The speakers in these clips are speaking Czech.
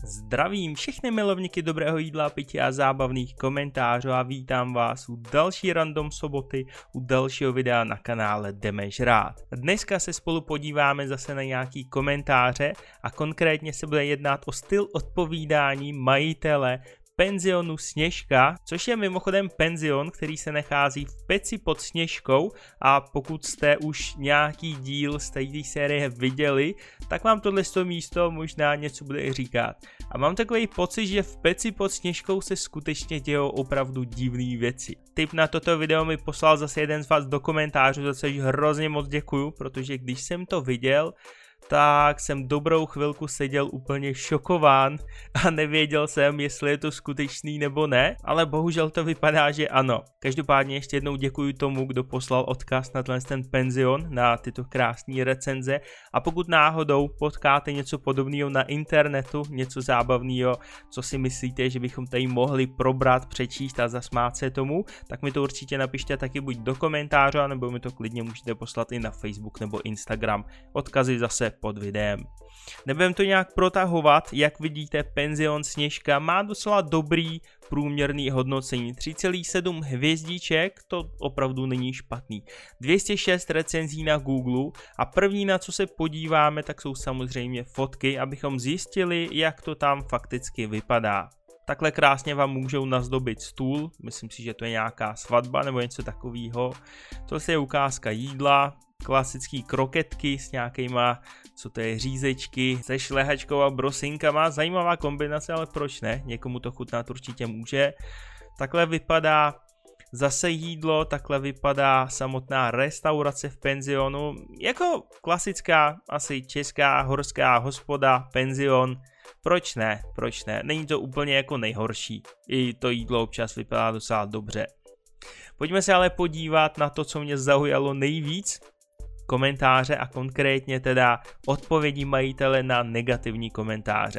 Zdravím všechny milovníky dobrého jídla, pití a zábavných komentářů a vítám vás u další random soboty, u dalšího videa na kanále Jdeme žrát. Dneska se spolu podíváme zase na nějaký komentáře a konkrétně se bude jednat o styl odpovídání majitele penzionu Sněžka, což je mimochodem penzion, který se nachází v Peci pod Sněžkou, a pokud jste už nějaký díl z této série viděli, tak vám tohle místo možná něco bude říkat. A mám takový pocit, že v Peci pod Sněžkou se skutečně dějou opravdu divné věci. Tip na toto video mi poslal zase jeden z vás do komentářů, za což hrozně moc děkuju, protože když jsem to viděl, tak jsem dobrou chvilku seděl úplně šokován a nevěděl jsem, jestli je to skutečný nebo ne, ale bohužel to vypadá, že ano. Každopádně ještě jednou děkuji tomu, kdo poslal odkaz na ten penzion, na tyto krásné recenze, a pokud náhodou potkáte něco podobného na internetu, něco zábavného, co si myslíte, že bychom tady mohli probrat, přečíst a zasmát se tomu, tak mi to určitě napište taky buď do komentářů, nebo mi to klidně můžete poslat i na Facebook nebo Instagram. Odkazy zase pod videem. Nebudem to nějak protahovat, jak vidíte, penzion Sněžka má docela dobrý průměrný hodnocení, 3,7 hvězdiček, to opravdu není špatný. 206 recenzí na Google a první, na co se podíváme, tak jsou samozřejmě fotky, abychom zjistili, jak to tam fakticky vypadá. Takhle krásně vám můžou nazdobit stůl, myslím si, že to je nějaká svatba nebo něco takového. To je ukázka jídla, klasický kroketky s nějakýma, co to je, řízečky se šlehačkou a brosinkama, zajímavá kombinace, ale proč ne, někomu to chutnat určitě může. Takhle vypadá zase jídlo, takhle vypadá samotná restaurace v penzionu, jako klasická asi česká horská hospoda, penzion. Proč ne, není to úplně jako nejhorší, i to jídlo občas vypadá docela dobře. Pojďme se ale podívat na to, co mě zaujalo nejvíc, komentáře a konkrétně teda odpovědi majitele na negativní komentáře.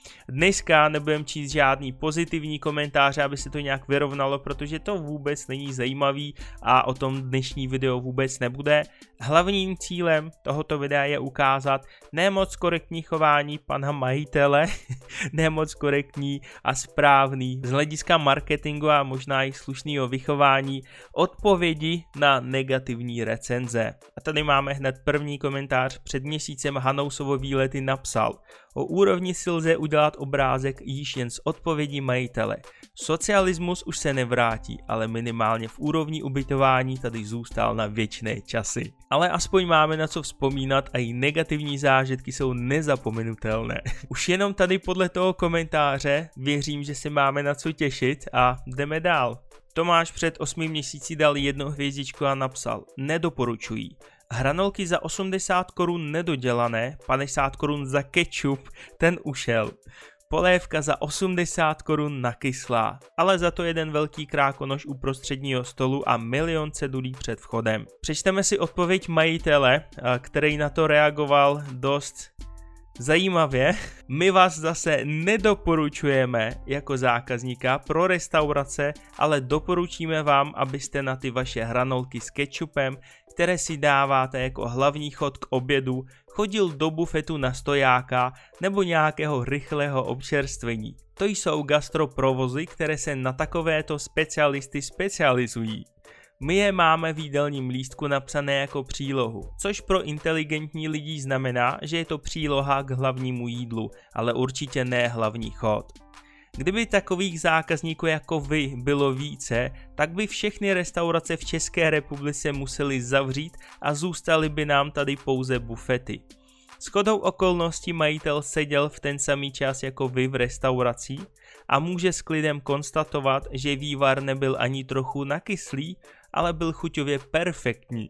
Dneska nebudem číst žádný pozitivní komentáře, aby se to nějak vyrovnalo, protože to vůbec není zajímavý a o tom dnešní video vůbec nebude. Hlavním cílem tohoto videa je ukázat nemoc korektní chování pana majitele, nemoc korektní a správný z hlediska marketingu a možná i slušného vychování odpovědi na negativní recenze. A tady máme hned první komentář. Před měsícem Hanousovo výlety napsal: o úrovni si lze udělat obrázek již jen z odpovědí majitele. Socialismus už se nevrátí, ale minimálně v úrovni ubytování tady zůstal na věčné časy. Ale aspoň máme na co vzpomínat a i negativní zážitky jsou nezapomenutelné. Už jenom tady podle toho komentáře věřím, že se máme na co těšit a jdeme dál. Tomáš před 8 měsíci dal 1 hvězdičku a napsal: nedoporučuji. Hranolky za 80 korun nedodělané, 50 korun za kečup, ten ušel. Polévka za 80 korun nakyslá, ale za to jeden velký krákonoš u prostředního stolu a milion cedulí před vchodem. Přečteme si odpověď majitele, který na to reagoval dost zajímavě. My vás zase nedoporučujeme jako zákazníka pro restaurace, ale doporučíme vám, abyste na ty vaše hranolky s kečupem, které si dáváte jako hlavní chod k obědu, chodil do bufetu na stojáka nebo nějakého rychlého občerstvení. To jsou gastroprovozy, které se na takovéto specialisty specializují. My je máme v jídelním lístku napsané jako přílohu, což pro inteligentní lidi znamená, že je to příloha k hlavnímu jídlu, ale určitě ne hlavní chod. Kdyby takových zákazníků jako vy bylo více, tak by všechny restaurace v České republice musely zavřít a zůstaly by nám tady pouze bufety. Shodou okolností majitel seděl v ten samý čas jako vy v restauraci a může s klidem konstatovat, že vývar nebyl ani trochu nakyslý, ale byl chuťově perfektní.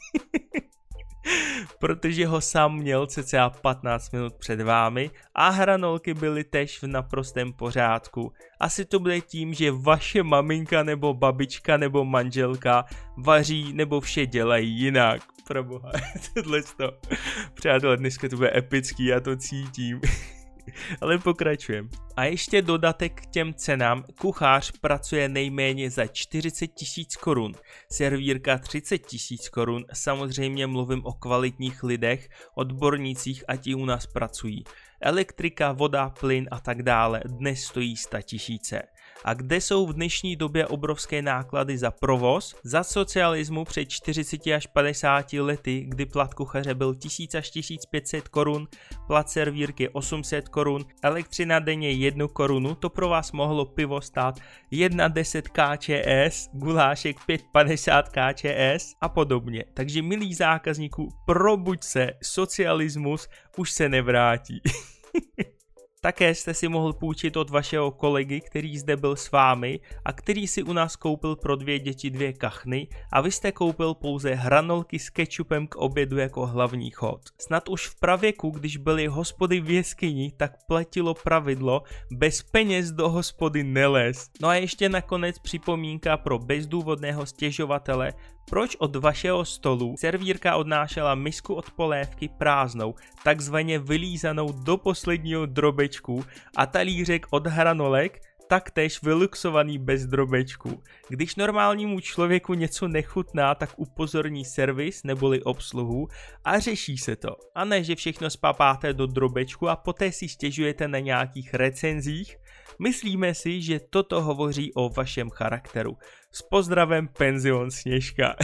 Protože ho sám měl cca 15 minut před vámi a hranolky byly též v naprostém pořádku. Asi to bude tím, že vaše maminka nebo babička nebo manželka vaří nebo vše dělají jinak. Proboha, tohleto. Přátelé, dneska to bude epický, já to cítím. Ale pokračujeme. A ještě dodatek k těm cenám, kuchař pracuje nejméně za 40 000 korun, servírka 30 000 korun, samozřejmě mluvím o kvalitních lidech, odbornících a ti u nás pracují. Elektrika, voda, plyn a tak dále dnes stojí 100 000. A kde jsou v dnešní době obrovské náklady za provoz? Za socialismu před 40 až 50 lety, kdy plat kuchaře byl 1000 až 1500 korun, plat servírky 800 korun, elektřina denně 1 korunu, to pro vás mohlo pivo stát 1,10 kčs, gulášek 5,50 kčs a podobně. Takže milí zákazníků, probuď se, socialismus už se nevrátí. Také jste si mohl půjčit od vašeho kolegy, který zde byl s vámi a který si u nás koupil pro 2 děti 2 kachny a vy jste koupil pouze hranolky s kečupem k obědu jako hlavní chod. Snad už v pravěku, když byly hospody v jeskyni, tak platilo pravidlo bez peněz do hospody nelez. No a ještě nakonec připomínka pro bezdůvodného stěžovatele, proč od vašeho stolu servírka odnášela misku od polévky prázdnou, takzvaně vylízanou do posledního drobečku a talířek od hranolek, taktéž vyluxovaný bez drobečku. Když normálnímu člověku něco nechutná, tak upozorní servis neboli obsluhu a řeší se to. A ne, že všechno spapáte do drobečku a poté si stěžujete na nějakých recenzích. Myslíme si, že toto hovoří o vašem charakteru. S pozdravem penzion Sněžka.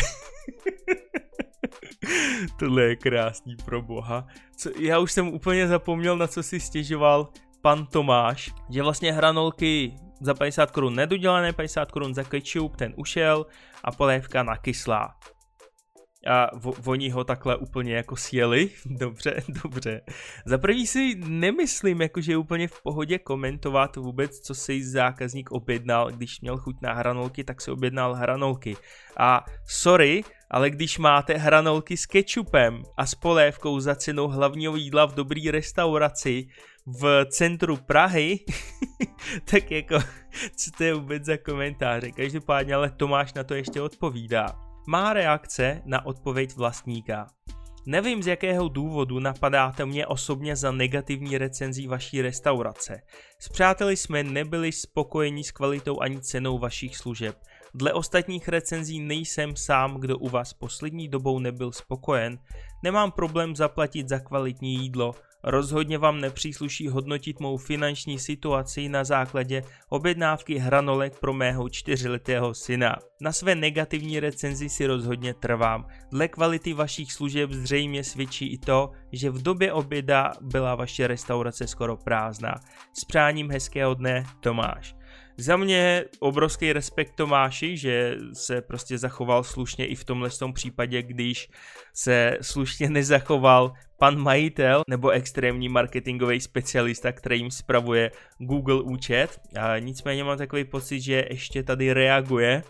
Tohle je krásný, pro boha. Já už jsem úplně zapomněl, na co si stěžoval pan Tomáš, že vlastně hranolky za 50 korun nedodělané, 50 korun za kečup, ten ušel a polévka nakyslá. A oni ho takhle úplně jako sjeli. Dobře. Za prvý si nemyslím, že je úplně v pohodě komentovat vůbec, co si zákazník objednal. Když měl chuť na hranolky, tak si objednal hranolky. A sorry, ale když máte hranolky s kečupem a s polévkou za cenou hlavního jídla v dobrý restauraci v centru Prahy, tak jako, co to je vůbec za komentáře? Každopádně ale Tomáš na to ještě odpovídá. Má reakce na odpověď vlastníka. Nevím, z jakého důvodu napadáte mě osobně za negativní recenzí vaší restaurace. S přáteli jsme nebyli spokojeni s kvalitou ani cenou vašich služeb. Dle ostatních recenzí nejsem sám, kdo u vás poslední dobou nebyl spokojen. Nemám problém zaplatit za kvalitní jídlo. Rozhodně vám nepřísluší hodnotit mou finanční situaci na základě objednávky hranolek pro mého 4letého syna. Na své negativní recenzi si rozhodně trvám. Dle kvality vašich služeb zřejmě svědčí i to, že v době oběda byla vaše restaurace skoro prázdná. S přáním hezkého dne, Tomáš. Za mě obrovský respekt Tomáši, že se prostě zachoval slušně i v tomhle případě, když se slušně nezachoval pan majitel nebo extrémní marketingový specialista, který jim spravuje Google účet. A nicméně mám takový pocit, že ještě tady reaguje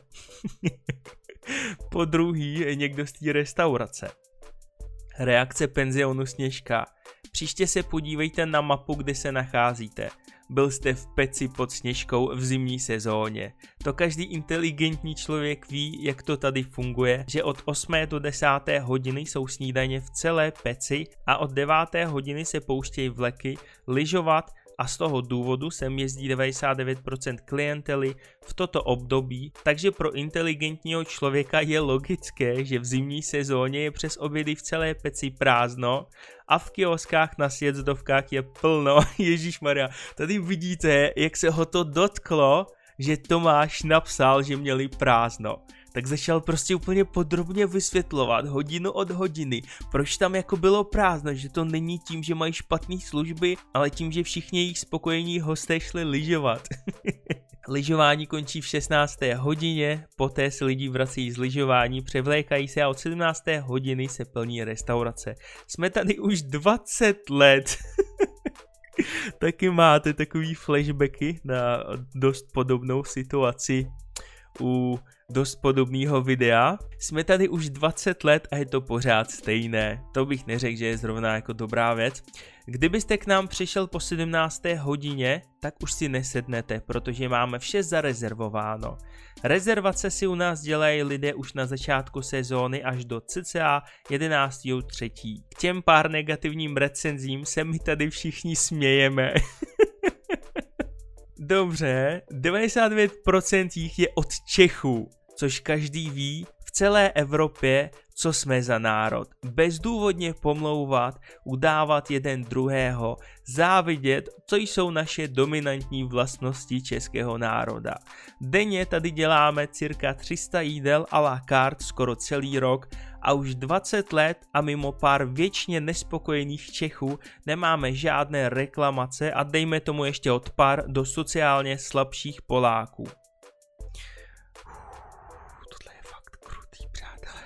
po druhý někdo z té restaurace. Reakce penzionu Sněžka. Příště se podívejte na mapu, kde se nacházíte. Byl jste v peci pod Sněžkou v zimní sezóně. To každý inteligentní člověk ví, jak to tady funguje, že od 8. do 10. hodiny jsou snídaně v celé peci a od 9. hodiny se pouštějí vleky, lyžovat a z toho důvodu sem jezdí 99% klientely v toto období, takže pro inteligentního člověka je logické, že v zimní sezóně je přes obědy v celé peci prázdno a v kioskách na sjezdovkách je plno. Ježišmarja, tady vidíte, jak se ho to dotklo, že Tomáš napsal, že měli prázdno. Tak začal prostě úplně podrobně vysvětlovat hodinu od hodiny, proč tam jako bylo prázdno, že to není tím, že mají špatné služby, ale tím, že všichni jejich spokojení hosté šli lyžovat. Lyžování končí v 16. hodině, poté se lidi vrací z lyžování, převlékají se a od 17. hodiny se plní restaurace. Jsme tady už 20 let. Taky máte takový flashbacky na dost podobnou situaci u dost podobného videa. Jsme tady už 20 let a je to pořád stejné. To bych neřekl, že je zrovna jako dobrá věc. Kdybyste k nám přišel po 17. hodině, tak už si nesednete, protože máme vše zarezervováno. Rezervace si u nás dělají lidé už na začátku sezóny až do cca 11.3. K těm pár negativním recenzím se my tady všichni smějeme. Dobře, 99% jich je od Čechů, což každý ví v celé Evropě, co jsme za národ. Bezdůvodně pomlouvat, udávat jeden druhého, závidět, co jsou naše dominantní vlastnosti českého národa. Denně tady děláme cirka 300 jídel à la carte skoro celý rok a už 20 let a mimo pár věčně nespokojených Čechů nemáme žádné reklamace a dejme tomu ještě od pár do sociálně slabších Poláků. Tohle je fakt krutý, přátelé.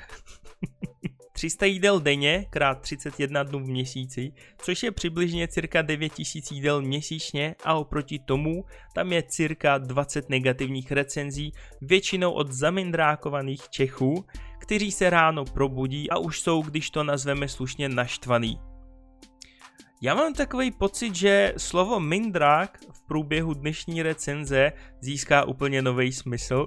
300 jídel denně krát 31 dnů v měsíci, což je přibližně cirka 9000 jídel měsíčně a oproti tomu tam je cirka 20 negativních recenzí, většinou od zamindrákovaných Čechů, kteří se ráno probudí a už jsou, když to nazveme slušně, naštvaný. Já mám takový pocit, že slovo mindrák v průběhu dnešní recenze získá úplně nový smysl.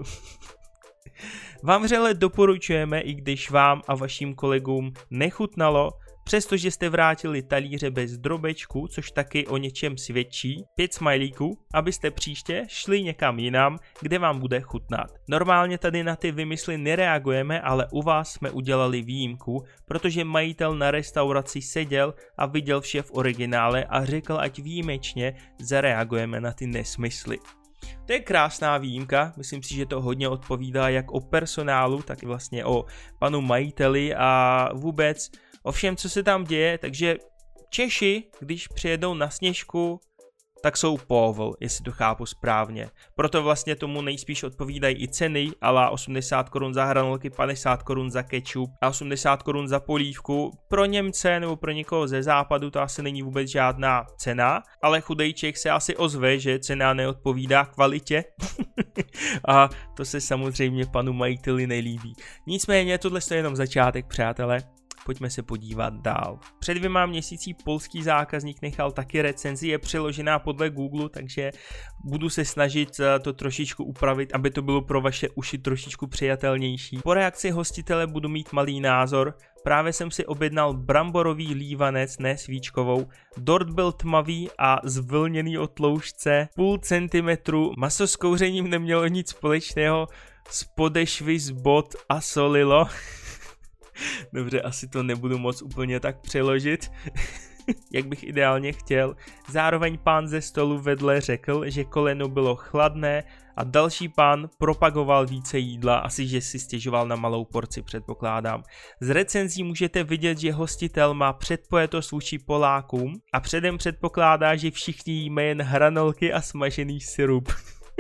Vám vřele doporučujeme, i když vám a vašim kolegům nechutnalo, přestože jste vrátili talíře bez drobečku, což taky o něčem svědčí, 5 smajlíků, abyste příště šli někam jinam, kde vám bude chutnat. Normálně tady na ty vymysly nereagujeme, ale u vás jsme udělali výjimku, protože majitel na restauraci seděl a viděl vše v originále a řekl, ať výjimečně zareagujeme na ty nesmysly. To je krásná výjimka, myslím si, že to hodně odpovídá jak o personálu, tak i vlastně o panu majiteli a vůbec o všem, co se tam děje, takže Češi, když přijedou na Sněžku, tak jsou povol, jestli to chápu správně. Proto vlastně tomu nejspíš odpovídají i ceny, ala 80 korun za hranolky, 50 korun za kečup a 80 korun za polívku. Pro Němce nebo pro někoho ze západu to asi není vůbec žádná cena, ale chudej Čech se asi ozve, že cena neodpovídá kvalitě. A to se samozřejmě panu majiteli nelíbí. Nicméně tohle je jenom začátek, přátelé. Pojďme se podívat dál. Před 2 měsíci polský zákazník nechal taky recenzi, je přeložená podle Google, takže budu se snažit to trošičku upravit, aby to bylo pro vaše uši trošičku přijatelnější. Po reakci hostitele budu mít malý názor. Právě jsem si objednal bramborový lívanec, ne svíčkovou. Dort byl tmavý a zvlněný od tloušťce, půl centimetru, maso s kouřením nemělo nic společného, z podešvy z bod a solilo. Dobře, asi to nebudu moc úplně tak přeložit, jak bych ideálně chtěl. Zároveň pán ze stolu vedle řekl, že koleno bylo chladné a další pán propagoval více jídla, asi že si stěžoval na malou porci, předpokládám. Z recenzí můžete vidět, že hostitel má předpojetost vůči Polákům a předem předpokládá, že všichni jíme jen hranolky a smažený syrup.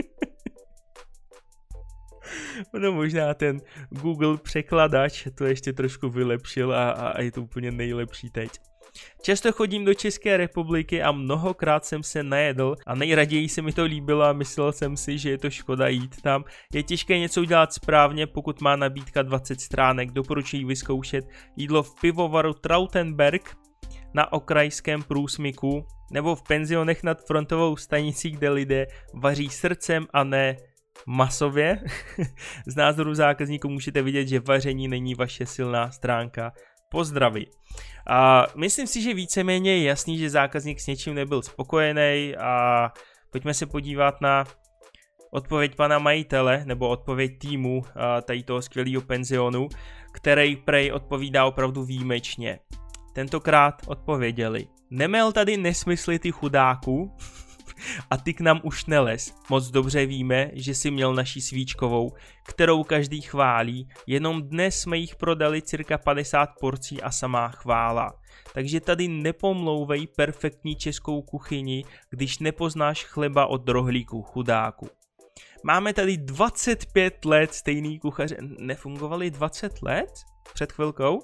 No možná ten Google překladač to ještě trošku vylepšil a je to úplně nejlepší teď. Často chodím do České republiky a mnohokrát jsem se najedl a nejraději se mi to líbilo a myslel jsem si, že je to škoda jít tam. Je těžké něco udělat správně, pokud má nabídka 20 stránek, doporučuji vyzkoušet jídlo v pivovaru Trautenberg na okrajském průsmyku nebo v penzionech nad frontovou stanicí, kde lidé vaří srdcem a ne masově. Z názoru zákazníků můžete vidět, že vaření není vaše silná stránka. Pozdraví. Myslím si, že víceméně je jasný, že zákazník s něčím nebyl spokojený a pojďme se podívat na odpověď pana majitele nebo odpověď týmu tady toho skvělého penzionu, který prej odpovídá opravdu výjimečně. Tentokrát odpověděli: nemel tady nesmysly ty chudáků a ty k nám už nelez. Moc dobře víme, že si měl naši svíčkovou, kterou každý chválí, jenom dnes jsme jich prodali cirka 50 porcí a samá chvála. Takže tady nepomlouvej perfektní českou kuchyni, když nepoznáš chleba od rohlíku, chudáku. Máme tady 25 let stejný kuchaře. Nefungovali 20 let? Před chvilkou?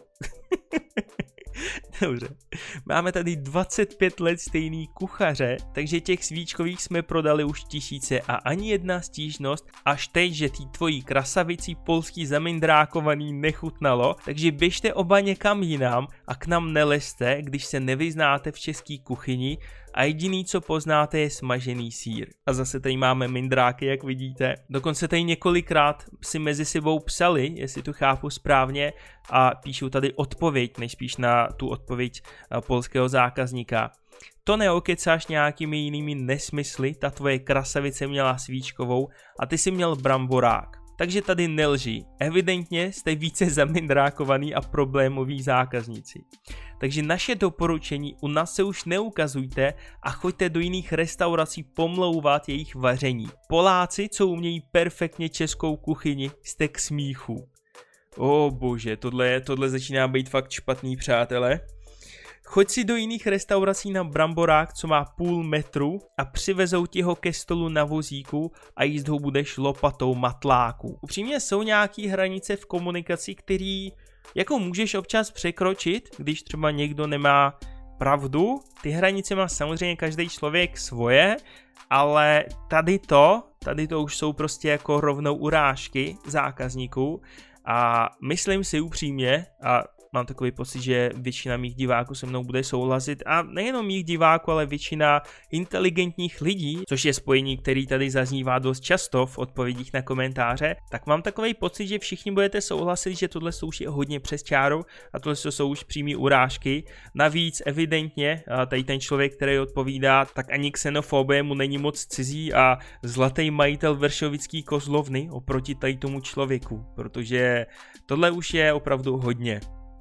Dobře. Máme tady 25 let stejný kuchaře, takže těch svíčkových jsme prodali už tisíce a ani jedna stížnost, až teď, že tý tvojí krasavici polský zamindrákovaný nechutnalo, takže běžte oba někam jinam a k nám nelezte, když se nevyznáte v české kuchyni a jediný, co poznáte, je smažený sýr. A zase tady máme mindráky, jak vidíte. Dokonce tady několikrát si mezi sebou psali, jestli to chápu správně, a píšou tady odpověď, nejspíš na tu odpověď polského zákazníka. To neokecáš nějakými jinými nesmysly, ta tvoje krasavice měla svíčkovou a ty si měl bramborák. Takže tady nelži, evidentně jste více zamindrákovaný a problémoví zákazníci. Takže naše doporučení, u nás se už neukazujte a choďte do jiných restaurací pomlouvat jejich vaření. Poláci, co umějí perfektně českou kuchyni, jste k smíchu. O bože, tohle začíná být fakt špatný, přátelé. Choď si do jiných restaurací na bramborák, co má půl metru a přivezou ti ho ke stolu na vozíku a jíst ho budeš lopatou matláku. Upřímně jsou nějaký hranice v komunikaci, který jako můžeš občas překročit, když třeba někdo nemá pravdu. Ty hranice má samozřejmě každý člověk svoje, ale tady to už jsou prostě jako rovnou urážky zákazníků a myslím si upřímně a mám takový pocit, že většina mých diváků se mnou bude souhlasit a nejenom mých diváků, ale většina inteligentních lidí, což je spojení, který tady zaznívá dost často v odpovědích na komentáře, tak mám takový pocit, že všichni budete souhlasit, že tohle už je hodně přes čáru a tohle jsou už přímý urážky. Navíc evidentně tady ten člověk, který odpovídá, tak ani xenofobie mu není moc cizí a zlatý majitel vršovický kozlovny oproti tady tomu člověku, protože tohle už je opravdu hodně.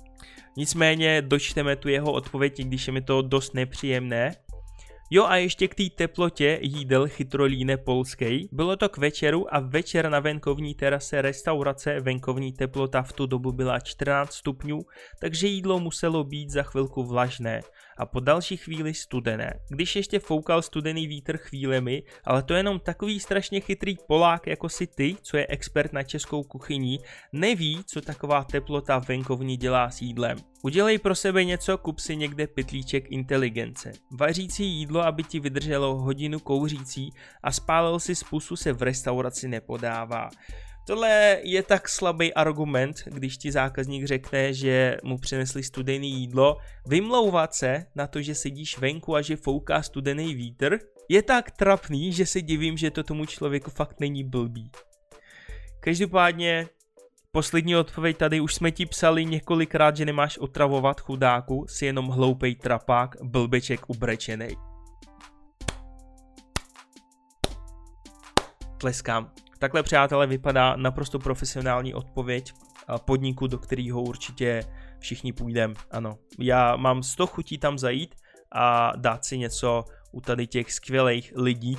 Nicméně dočteme tu jeho odpověď, když je mi to dost nepříjemné. Jo a ještě k té teplotě jídel chytrolíne polskej. Bylo to k večeru a večer na venkovní terase restaurace venkovní teplota v tu dobu byla 14 stupňů, takže jídlo muselo být za chvilku vlažné a po další chvíli studené. Když ještě foukal studený vítr chvílemi, ale to je jenom takový strašně chytrý Polák jako si ty, co je expert na českou kuchyni, neví, co taková teplota venkovní dělá s jídlem. Udělej pro sebe něco, kup si někde pytlíček inteligence. Vařící jídlo, aby ti vydrželo hodinu kouřící a spálil si z pusu, se v restauraci nepodává. Tohle je tak slabý argument, když ti zákazník řekne, že mu přinesli studené jídlo. Vymlouvat se na to, že sedíš venku a že fouká studený vítr, je tak trapný, že se divím, že to tomu člověku fakt není blbý. Každopádně poslední odpověď tady, už jsme ti psali několikrát, že nemáš otravovat chudáku, jsi jenom hloupej trapák, blbeček ubrečenej. Tleskám. Takhle, přátelé, vypadá naprosto profesionální odpověď podniku, do kterého určitě všichni půjdeme. Ano, já mám 100 chutí tam zajít a dát si něco u tady těch skvělých lidí.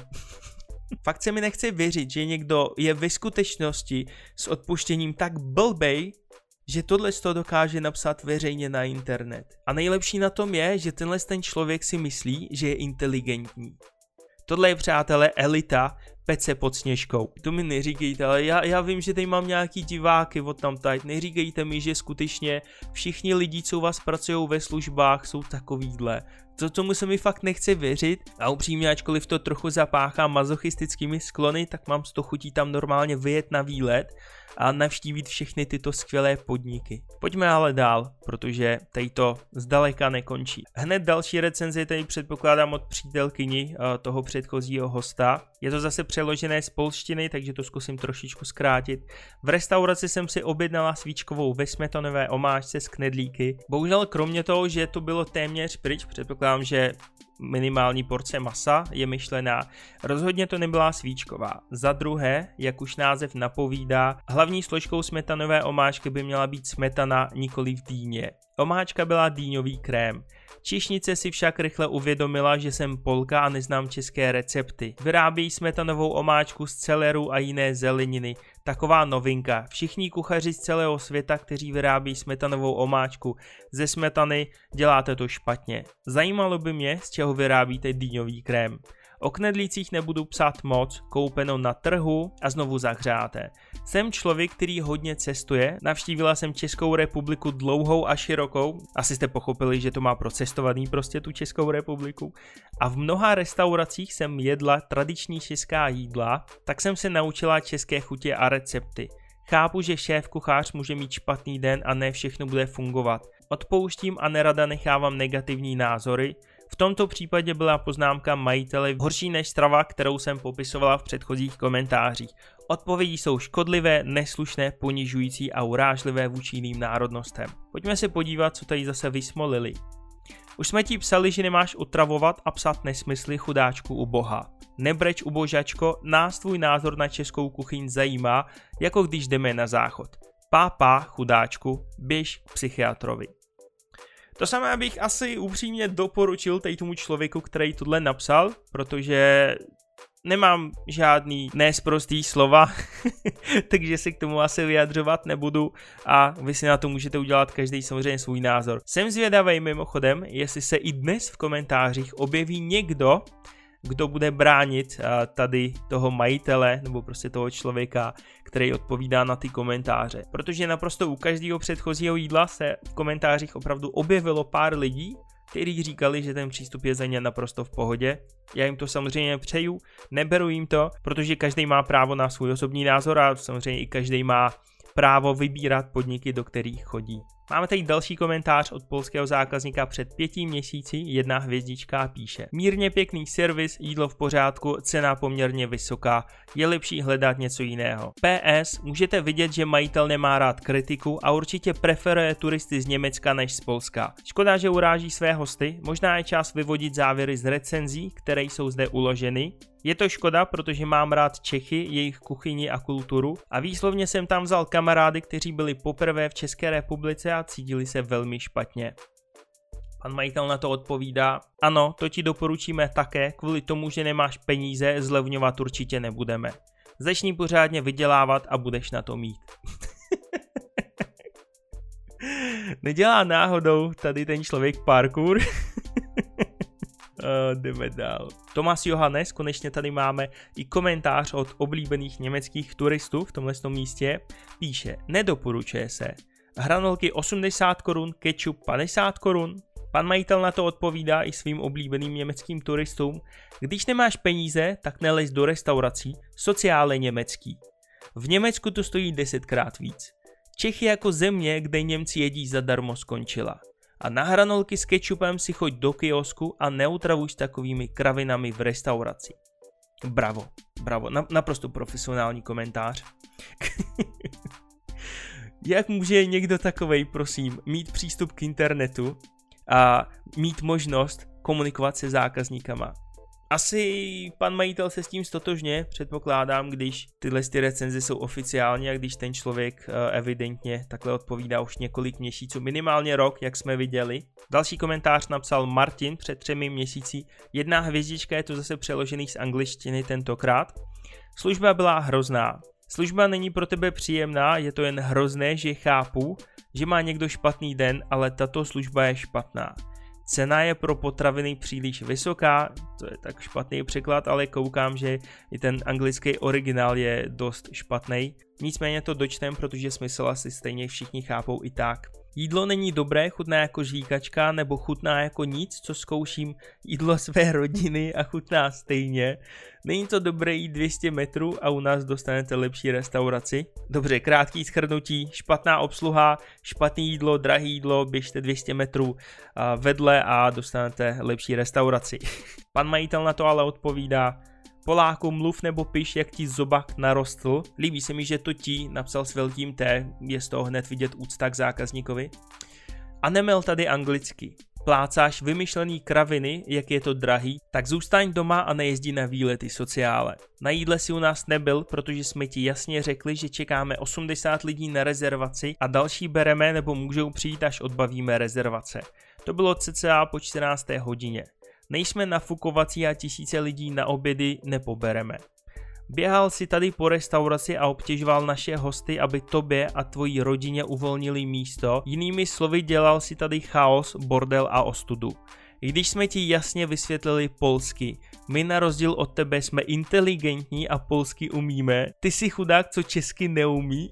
Fakt se mi nechce věřit, že někdo je ve skutečnosti s odpuštěním tak blbej, že tohle dokáže napsat veřejně na internet. A nejlepší na tom je, že tenhle ten člověk si myslí, že je inteligentní. Tohle je, přátelé, elita pece pod Sněžkou. To mi neříkejte, ale já vím, že tady mám nějaký diváky od tamtajt. Neříkejte mi, že skutečně všichni lidi, co u vás pracují ve službách, jsou takovýhle. Tomu se mi fakt nechce věřit a upřímně, ačkoliv to trochu zapáchá mazochistickými sklony, tak mám 100 chutí tam normálně vyjet na výlet a navštívit všechny tyto skvělé podniky. Pojďme ale dál, protože tady to zdaleka nekončí. Hned další recenzi tady předpokládám od přítelkyni toho předchozího hosta. Je to zase přeložené z polštiny, takže to zkusím trošičku zkrátit. V restauraci jsem si objednala svíčkovou ve smetanové omáčce z knedlíky. Bohužel kromě toho, že to bylo téměř pryč, předpokládám, že minimální porce masa je myšlená. Rozhodně to nebyla svíčková. Za druhé, jak už název napovídá, hlavní složkou smetanové omáčky by měla být smetana, nikoli v dýně. Omáčka byla dýňový krém. Číšnice si však rychle uvědomila, že jsem Polka a neznám české recepty. Vyrábějí smetanovou omáčku z celeru a jiné zeleniny. Taková novinka. Všichni kuchaři z celého světa, kteří vyrábí smetanovou omáčku ze smetany, děláte to špatně. Zajímalo by mě, z čeho vyrábíte dýňový krém. O knedlících nebudu psát moc, koupeno na trhu a znovu zahřáté. Jsem člověk, který hodně cestuje, navštívila jsem Českou republiku dlouhou a širokou, asi jste pochopili, že to má procestovaný prostě tu Českou republiku, a v mnoha restauracích jsem jedla tradiční česká jídla, tak jsem se naučila české chutě a recepty. Chápu, že šéf kuchař může mít špatný den a ne všechno bude fungovat. Odpouštím a nerada nechávám negativní názory. V tomto případě byla poznámka majitele horší než strava, kterou jsem popisovala v předchozích komentářích. Odpovědi jsou škodlivé, neslušné, ponižující a urážlivé vůči jiným národnostem. Pojďme se podívat, co tady zase vysmolili. Už jsme ti psali, že nemáš otravovat a psat nesmysly, chudáčku uboha. Nebreč, ubožačko, nás tvůj názor na českou kuchyň zajímá, jako když jdeme na záchod. Pápa, chudáčku, běž k psychiatrovi. To samé bych asi upřímně doporučil tomu člověku, který tohle napsal, protože nemám žádný nesprostý slova, takže se k tomu asi vyjadřovat nebudu a vy si na to můžete udělat každý samozřejmě svůj názor. Jsem zvědavý mimochodem, jestli se i dnes v komentářích objeví někdo, kdo bude bránit tady toho majitele nebo prostě toho člověka, který odpovídá na ty komentáře. Protože naprosto u každého předchozího jídla se v komentářích opravdu objevilo pár lidí, kteří říkali, že ten přístup je za ně naprosto v pohodě. Já jim to samozřejmě přeju, neberu jim to, protože každý má právo na svůj osobní názor a samozřejmě i každý má právo vybírat podniky, do kterých chodí. Máme tady další komentář od polského zákazníka před 5 měsíci, 1 hvězdička píše: mírně pěkný servis, jídlo v pořádku, cena poměrně vysoká, je lepší hledat něco jiného. PS, můžete vidět, že majitel nemá rád kritiku a určitě preferuje turisty z Německa než z Polska. Škoda, že uráží své hosty, možná je čas vyvodit závěry z recenzí, které jsou zde uloženy. Je to škoda, protože mám rád Čechy, jejich kuchyni a kulturu a výslovně jsem tam vzal kamarády, kteří byli poprvé v České republice a cítili se velmi špatně. Pan majitel na to odpovídá: ano, to ti doporučíme také, kvůli tomu, že nemáš peníze, zlevňovat určitě nebudeme. Začni pořádně vydělávat a budeš na to mít. Nedělá náhodou tady ten člověk parkour? Jdeme dál. Tomas Johannes, konečně tady máme i komentář od oblíbených německých turistů v tomhle místě, píše: nedoporučuje se. Hranolky 80 korun, ketchup 50 korun. Pan majitel na to odpovídá i svým oblíbeným německým turistům: když nemáš peníze, tak nelez do restaurací, sociále německý. V Německu to stojí 10krát víc. Čechy jako země, kde Němci jedí zadarmo, skončila. A na hranolky s kečupem si choď do kiosku a neutravuj s takovými kravinami v restauraci. Bravo, bravo, naprosto profesionální komentář. Jak může někdo takovej, prosím, mít přístup k internetu a mít možnost komunikovat se zákazníkama? Asi pan majitel se s tím stotožně, předpokládám, když tyhle recenze jsou oficiálně a když ten člověk evidentně takhle odpovídá už několik měsíců, minimálně rok, jak jsme viděli. Další komentář napsal Martin před 3 měsíci, 1 hvězdička, je to zase přeložený z angličtiny tentokrát. Služba byla hrozná. Služba není pro tebe příjemná, je to jen hrozné, že chápu, že má někdo špatný den, ale tato služba je špatná. Cena je pro potraviny příliš vysoká, to je tak špatný překlad, ale koukám, že i ten anglický originál je dost špatný. Nicméně to dočtem, protože smysl asi stejně všichni chápou i tak. Jídlo není dobré, chutná jako žvíkačka nebo chutná jako nic, co zkouším jídlo své rodiny a chutná stejně. Není to dobré jít 200 metrů a u nás dostanete lepší restauraci. Dobře, krátký shrnutí, špatná obsluha, špatné jídlo, drahé jídlo, běžte 200 metrů vedle a dostanete lepší restauraci. Pan majitel na to ale odpovídá: Poláku, mluv nebo piš, jak ti zobák narostl. Líbí se mi, že to ti napsal s velkým T, je z toho hned vidět úcta k zákazníkovi. A nemel tady anglicky. Plácáš vymyšlený kraviny, jak je to drahý, tak zůstaň doma a nejezdí na výlety sociále. Na jídle si u nás nebyl, protože jsme ti jasně řekli, že čekáme 80 lidí na rezervaci a další bereme nebo můžou přijít, až odbavíme rezervace. To bylo cca po 14. hodině. Nejsme nafukovací a tisíce lidí na obědy nepobereme. Běhal si tady po restauraci a obtěžoval naše hosty, aby tobě a tvojí rodině uvolnili místo. Jinými slovy, dělal si tady chaos, bordel a ostudu. I když jsme ti jasně vysvětlili polsky, my na rozdíl od tebe jsme inteligentní a polsky umíme, ty jsi chudák, co česky neumí.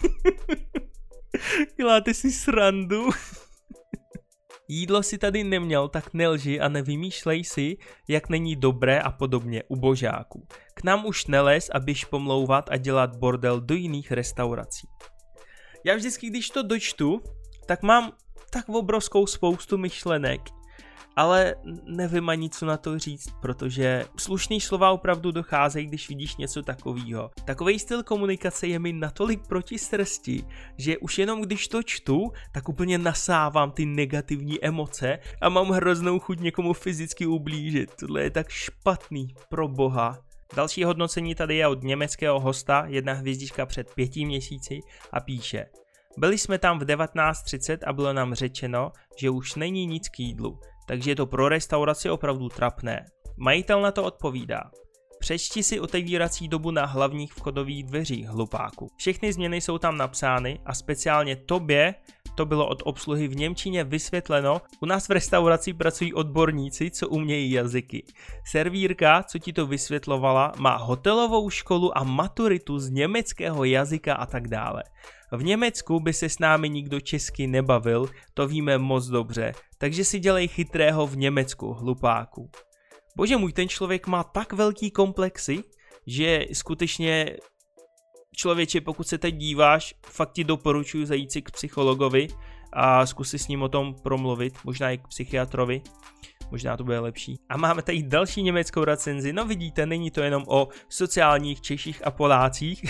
Děláte si srandu. Jídlo si tady neměl, tak nelži a nevymýšlej si, jak není dobré a podobně u božáků. K nám už nelez a běž pomlouvat a dělat bordel do jiných restaurací. Já vždycky, když to dočtu, tak mám tak obrovskou spoustu myšlenek. ale nevím ani co na to říct, protože slušný slova opravdu docházejí, když vidíš něco takového. Takovej styl komunikace je mi natolik proti srsti, že už jenom když to čtu, tak úplně nasávám ty negativní emoce a mám hroznou chuť někomu fyzicky ublížit. Tohle je tak špatný, pro boha. Další hodnocení tady je od německého hosta, 1 hvězdička před 5 měsíci a píše: byli jsme tam v 19:30 a bylo nám řečeno, že už není nic k jídlu, takže je to pro restauraci opravdu trapné. Majitel na to odpovídá: přečti si otevírací dobu na hlavních vchodových dveřích, hlupáku. Všechny změny jsou tam napsány a speciálně tobě to bylo od obsluhy v němčině vysvětleno. U nás v restauraci pracují odborníci, co umějí jazyky. Servírka, co ti to vysvětlovala, má hotelovou školu a maturitu z německého jazyka a tak dále. V Německu by se s námi nikdo česky nebavil, to víme moc dobře, takže si dělej chytrého v Německu, hlupáku. Bože můj, ten člověk má tak velký komplexy, že skutečně člověče, pokud se teď díváš, fakt ti doporučuji zajít si k psychologovi a zkus si s ním o tom promluvit, možná i k psychiatrovi, možná to bude lepší. A máme tady další německou recenzi, no vidíte, není to jenom o sociálních Češích a Polácích.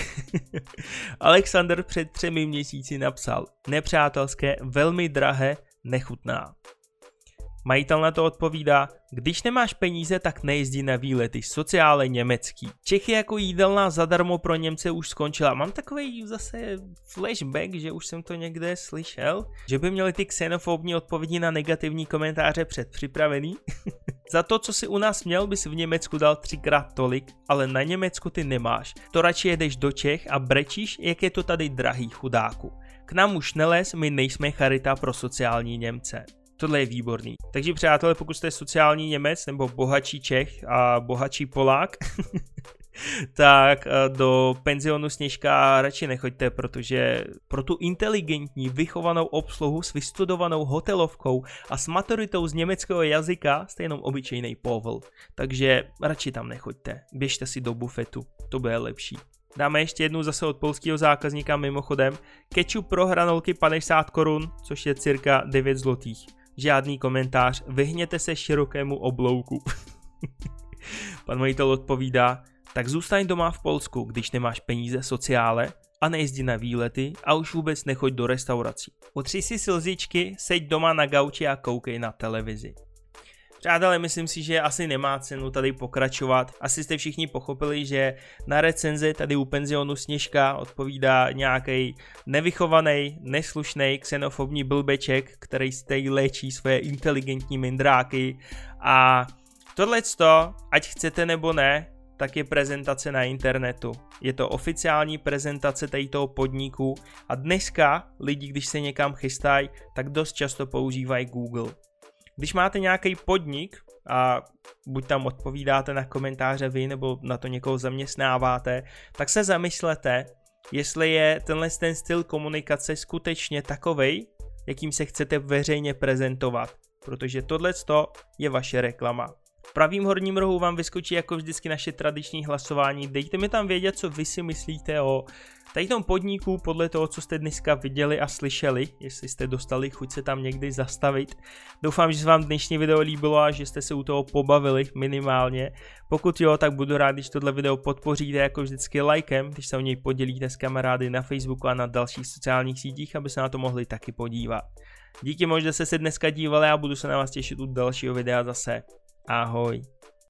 Alexander před 3 měsíci napsal: nepřátelské, velmi drahé, nechutná. Majitel na to odpovídá: když nemáš peníze, tak nejezdi na výlety, sociále německý. Čechy jako jídelná zadarmo pro Němce už skončila. Mám takový zase flashback, že už jsem to někde slyšel, že by měli ty xenofobní odpovědi na negativní komentáře předpřipravený. Za to, co si u nás měl, bys v Německu dal 3x tolik, ale na Německu ty nemáš. To radši jedeš do Čech a brečíš, jak je to tady drahý, chudáku. K nám už nelez, my nejsme charita pro sociální Němce. Tohle je výborný. Takže přátelé, pokud jste sociální Němec nebo bohatší Čech a bohatší Polák, tak do penzionu Sněžka radši nechoďte, protože pro tu inteligentní, vychovanou obsluhu s vystudovanou hotelovkou a s maturitou z německého jazyka jste jenom obyčejný povl. Takže radši tam nechoďte. Běžte si do bufetu, to bude lepší. Dáme ještě jednu zase od polského zákazníka mimochodem. Ketchup pro hranolky 50 korun, což je cirka 9 zlotých. Žádný komentář, vyhněte se širokému oblouku. Pan majitel odpovídá: tak zůstaň doma v Polsku, když nemáš peníze sociále a nejezdi na výlety a už vůbec nechoď do restaurací. Utři si slzičky, seď doma na gauči a koukej na televizi. Přátelé, myslím si, že asi nemá cenu tady pokračovat. Asi jste všichni pochopili, že na recenzi tady u penzionu Sněžka odpovídá nějaký nevychovaný, neslušný, xenofobní blbeček, který si tady léčí svoje inteligentní mindráky. A tohleto, ať chcete nebo ne, tak je prezentace na internetu. Je to oficiální prezentace tady toho podniku a dneska lidi, když se někam chystají, tak dost často používají Google. Když máte nějaký podnik a buď tam odpovídáte na komentáře vy, nebo na to někoho zaměstnáváte, tak se zamyslete, jestli je tenhle ten styl komunikace skutečně takovej, jakým se chcete veřejně prezentovat, protože tohleto je vaše reklama. V pravým horním rohu vám vyskočí jako vždycky naše tradiční hlasování, dejte mi tam vědět, co vy si myslíte o tady tom podniku podle toho, co jste dneska viděli a slyšeli, jestli jste dostali chuť se tam někdy zastavit. Doufám, že se vám dnešní video líbilo a že jste se u toho pobavili minimálně. Pokud jo, tak budu rád, když tohle video podpoříte jako vždycky lajkem, když se o něj podělíte s kamarády na Facebooku a na dalších sociálních sítích, aby se na to mohli taky podívat. Díky moc, že jste se dneska dívali a budu se na vás těšit u dalšího videa zase. Ahoj.